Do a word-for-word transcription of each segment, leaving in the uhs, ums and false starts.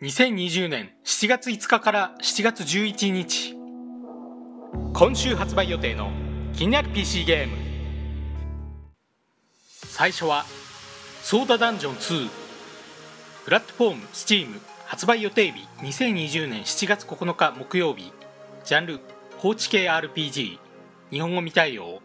にせんにじゅうねんしちがついつかからしちがつじゅういちにち、今週発売予定の気になる ピーシー ゲーム。最初はソーダダンジョンツー。プラットフォーム Steam、 発売予定日にせんにじゅうねんしちがつここのか木曜日。ジャンル放置系 アールピージー、 日本語未対応。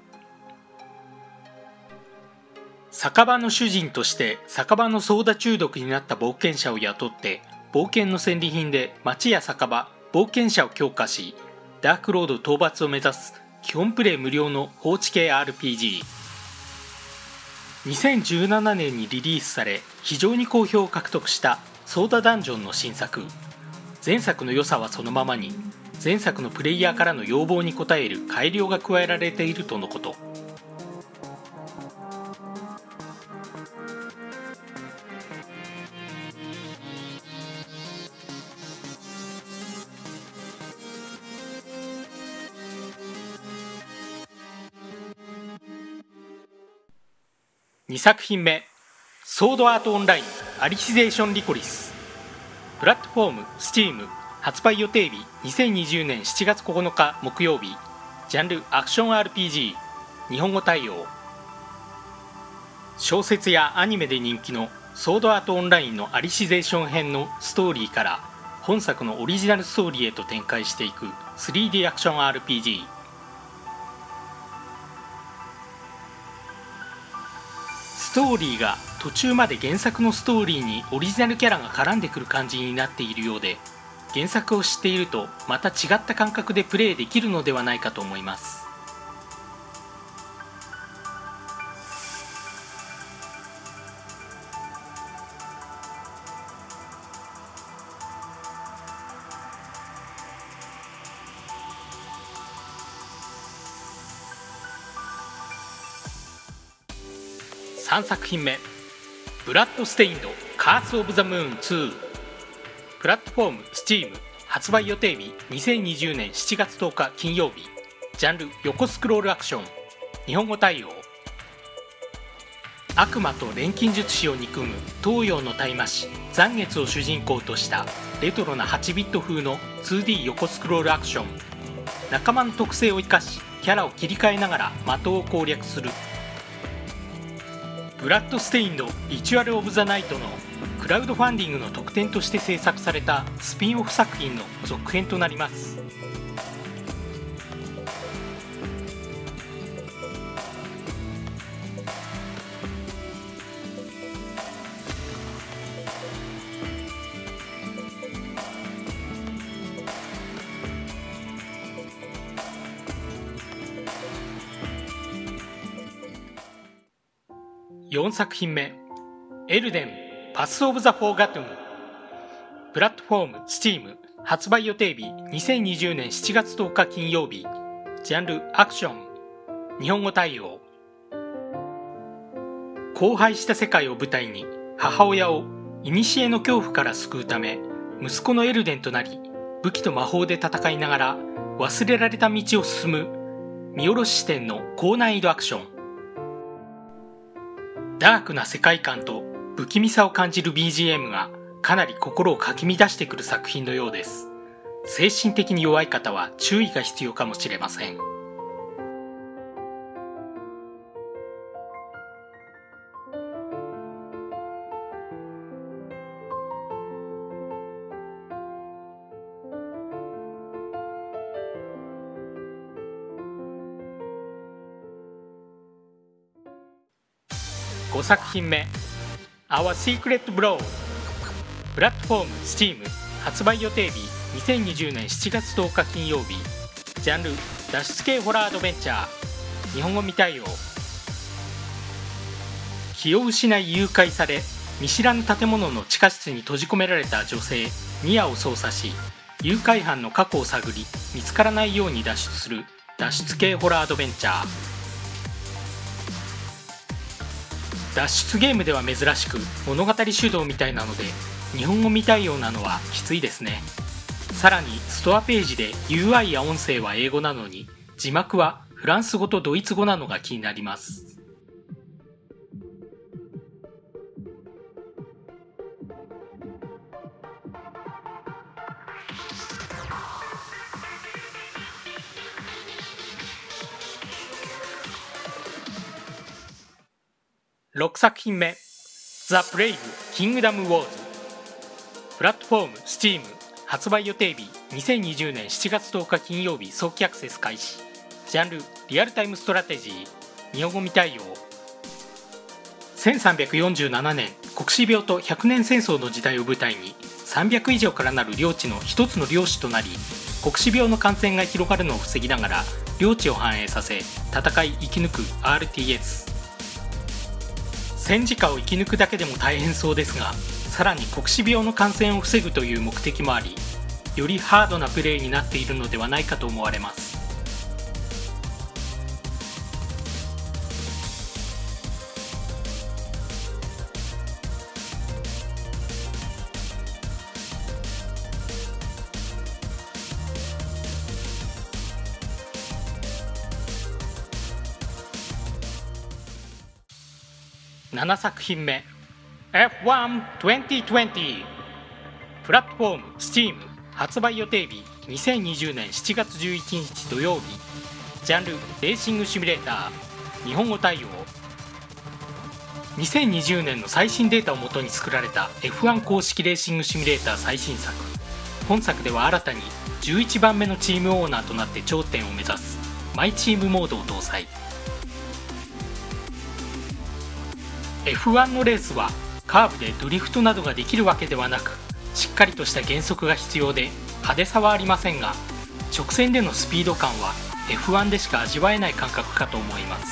酒場の主人として酒場のソーダ中毒になった冒険者を雇って冒険の戦利品で町や酒場、冒険者を強化し、ダークロード討伐を目指す基本プレイ無料の放置系 アールピージー。にせんじゅうななねんにリリースされ非常に好評を獲得したソーダダンジョンの新作。前作の良さはそのままに、前作のプレイヤーからの要望に応える改良が加えられているとのこと。にさく品目、ソードアートオンラインアリシゼーションリコリス。プラットフォーム Steam、 発売予定日にせんにじゅうねんしちがつここのか木曜日。ジャンルアクション アールピージー、 日本語対応。小説やアニメで人気のソードアートオンラインのアリシゼーション編のストーリーから本作のオリジナルストーリーへと展開していく スリーディー アクション アールピージー。ストーリーが途中まで原作のストーリーにオリジナルキャラが絡んでくる感じになっているようで、原作を知っているとまた違った感覚でプレイできるのではないかと思います。さんさく品目、ブラッドステインドカースオブザムーンツー。プラットフォーム Steam、 発売予定日にせんにじゅうねんしちがつとおか金曜日。ジャンル横スクロールアクション、日本語対応。悪魔と錬金術師を憎む東洋の大魔師残月を主人公としたレトロなはちビット風の ツーディー 横スクロールアクション。仲間の特性を生かしキャラを切り替えながら的を攻略する。ブラッドステインドリチュアル・オブ・ザ・ナイトのクラウドファンディングの特典として制作されたスピンオフ作品の続編となります。よんさく品目、エルデンパスオブザフォーガトゥン。プラットフォーム Steam、 発売予定日にせんにじゅうねんしちがつとおか金曜日。ジャンルアクション、日本語対応。荒廃した世界を舞台に母親を古の恐怖から救うため息子のエルデンとなり、武器と魔法で戦いながら忘れられた道を進む見下ろし視点の高難易度アクション。ダークな世界観と不気味さを感じる ビージーエム がかなり心をかき乱してくる作品のようです。精神的に弱い方は注意が必要かもしれません。ごさく品目、Our Secret Bro。 プラットフォーム Steam、 発売予定日にせんにじゅうねんしちがつとおか金曜日。ジャンル脱出系ホラーアドベンチャー、日本語未対応。気を失い誘拐され見知らぬ建物の地下室に閉じ込められた女性ミアを操作し、誘拐犯の過去を探り見つからないように脱出する脱出系ホラーアドベンチャー。脱出ゲームでは珍しく物語主導みたいなので日本語未対応なのはきついですね。さらにストアページで ユーアイ や音声は英語なのに字幕はフランス語とドイツ語なのが気になります。 ろくさく品目、ザ・ブレイブ・キングダム・ウォーズ。プラットフォーム Steam、 発売予定日にせんにじゅうねんしちがつとおか金曜日、早期アクセス開始。ジャンルリアルタイムストラテジー、日本語未対応。せんさんびゃくよんじゅうななねん、黒死病とひゃくねん戦争の時代を舞台にさんびゃく以上からなる領地の一つの領主となり、黒死病の感染が広がるのを防ぎながら領地を繁栄させ、戦い生き抜く アールティーエス。 戦時下を生き抜くだけでも大変そうですが、さらに黒死病の感染を防ぐという目的もあり、よりハードなプレイになっているのではないかと思われます。ななさく品目、 エフワンにせんにじゅう。プラットフォーム Steam、 発売予定日にせんにじゅうねんしちがつじゅういちにち土曜日。ジャンルレーシングシミュレーター、日本語対応。にせんにじゅうねんの最新データをもとに作られた エフワン 公式レーシングシミュレーター最新作。本作では新たにじゅういちばんめのチームオーナーとなって頂点を目指すマイチームモードを搭載。エフワン のレースはカーブでドリフトなどができるわけではなく、しっかりとした減速が必要で派手さはありませんが、直線でのスピード感は エフワン でしか味わえない感覚かと思います。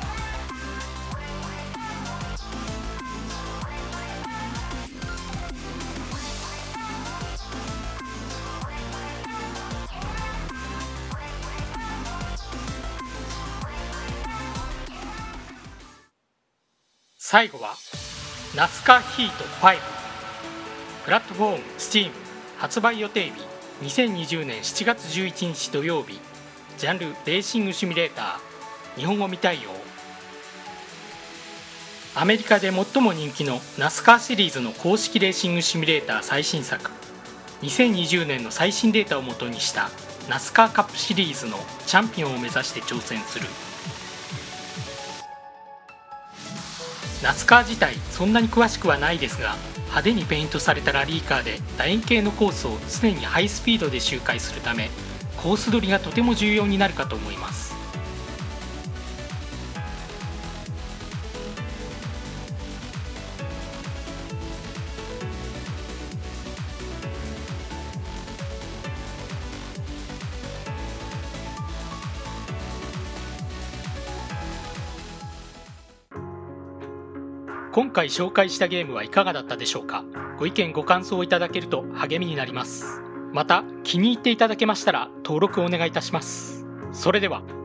最後はナスカヒートファイブ。プラットフォーム Steam、 発売予定日にせんにじゅうねんしちがつじゅういちにち土曜日。ジャンルレーシングシミュレーター、日本語未対応。アメリカで最も人気のナスカーシリーズの公式レーシングシミュレーター最新作。にせんにじゅうねんの最新データをもとにしたナスカーカップシリーズのチャンピオンを目指して挑戦する。ナスカー自体そんなに詳しくはないですが、派手にペイントされたラリーカーで楕円形のコースを常にハイスピードで周回するため、コース取りがとても重要になるかと思います。今回紹介したゲームはいかがだったでしょうか。ご意見ご感想をいただけると励みになります。また気に入っていただけましたら登録をお願いいたします。それでは。